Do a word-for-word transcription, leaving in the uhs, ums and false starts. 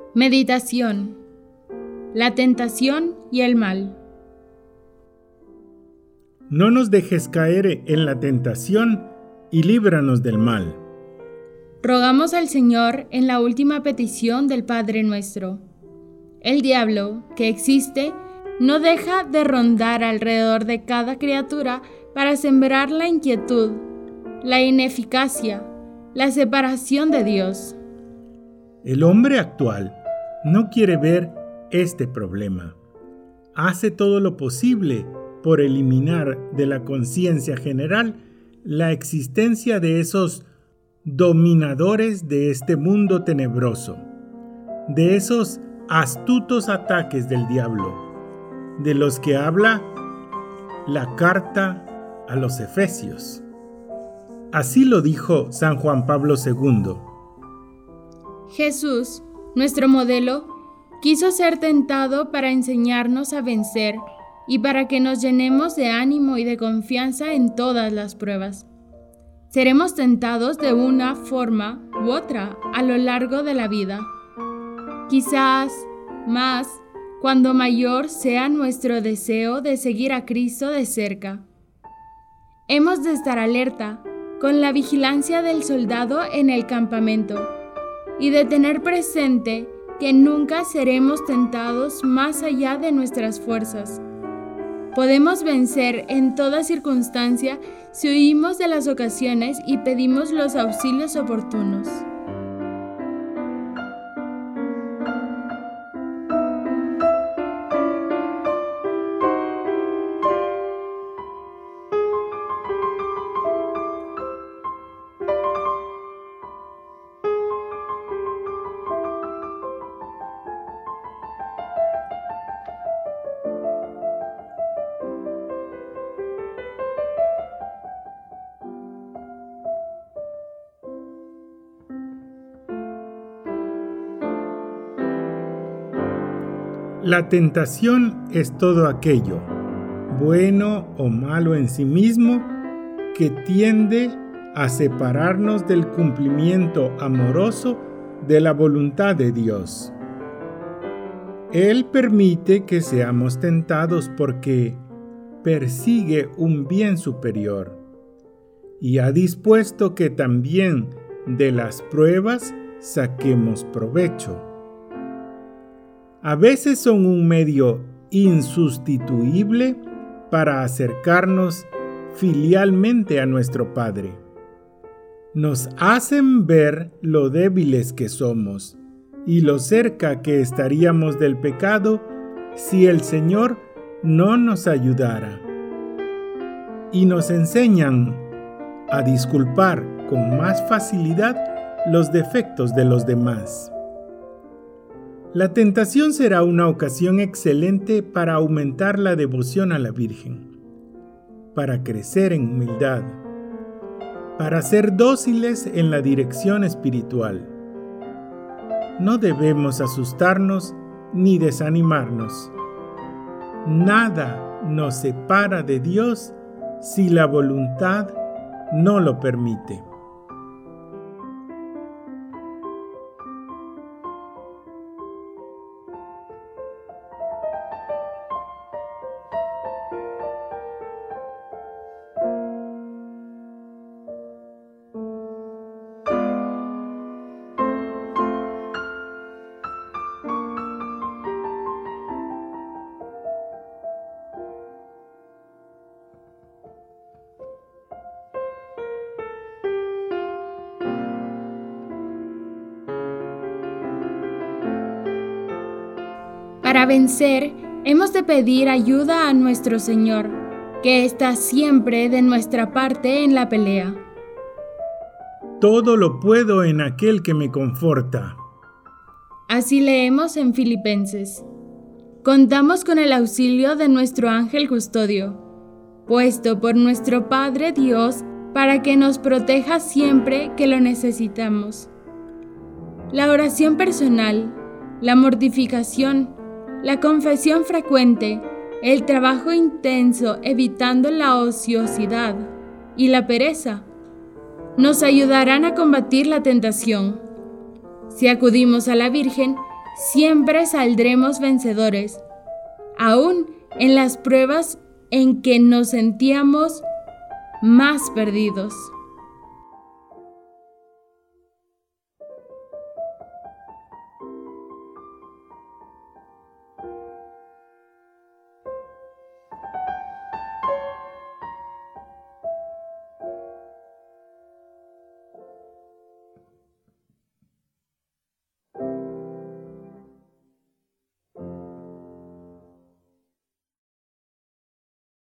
Meditación. La tentación y el mal. No nos dejes caer en la tentación y líbranos del mal. Rogamos al Señor en la última petición del Padre Nuestro. El diablo, que existe, no deja de rondar alrededor de cada criatura para sembrar la inquietud, la ineficacia, la separación de Dios. El hombre actual no quiere ver este problema. Hace todo lo posible por eliminar de la conciencia general la existencia de esos dominadores de este mundo tenebroso, de esos astutos ataques del diablo, de los que habla la carta a los Efesios. Así lo dijo San Juan Pablo segundo. Jesús, nuestro modelo, quiso ser tentado para enseñarnos a vencer y para que nos llenemos de ánimo y de confianza en todas las pruebas. Seremos tentados de una forma u otra a lo largo de la vida. Quizás más cuando mayor sea nuestro deseo de seguir a Cristo de cerca. Hemos de estar alerta, con la vigilancia del soldado en el campamento, y de tener presente que nunca seremos tentados más allá de nuestras fuerzas. Podemos vencer en toda circunstancia si huimos de las ocasiones y pedimos los auxilios oportunos. La tentación es todo aquello, bueno o malo en sí mismo, que tiende a separarnos del cumplimiento amoroso de la voluntad de Dios. Él permite que seamos tentados porque persigue un bien superior y ha dispuesto que también de las pruebas saquemos provecho. A veces son un medio insustituible para acercarnos filialmente a nuestro Padre. Nos hacen ver lo débiles que somos y lo cerca que estaríamos del pecado si el Señor no nos ayudara. Y nos enseñan a disculpar con más facilidad los defectos de los demás. La tentación será una ocasión excelente para aumentar la devoción a la Virgen, para crecer en humildad, para ser dóciles en la dirección espiritual. No debemos asustarnos ni desanimarnos. Nada nos separa de Dios si la voluntad no lo permite. Para vencer, hemos de pedir ayuda a nuestro Señor, que está siempre de nuestra parte en la pelea. Todo lo puedo en aquel que me conforta. Así leemos en Filipenses. Contamos con el auxilio de nuestro ángel custodio, puesto por nuestro Padre Dios para que nos proteja siempre que lo necesitamos. La oración personal, la mortificación, la confesión frecuente, el trabajo intenso evitando la ociosidad y la pereza nos ayudarán a combatir la tentación. Si acudimos a la Virgen, siempre saldremos vencedores, aún en las pruebas en que nos sentíamos más perdidos.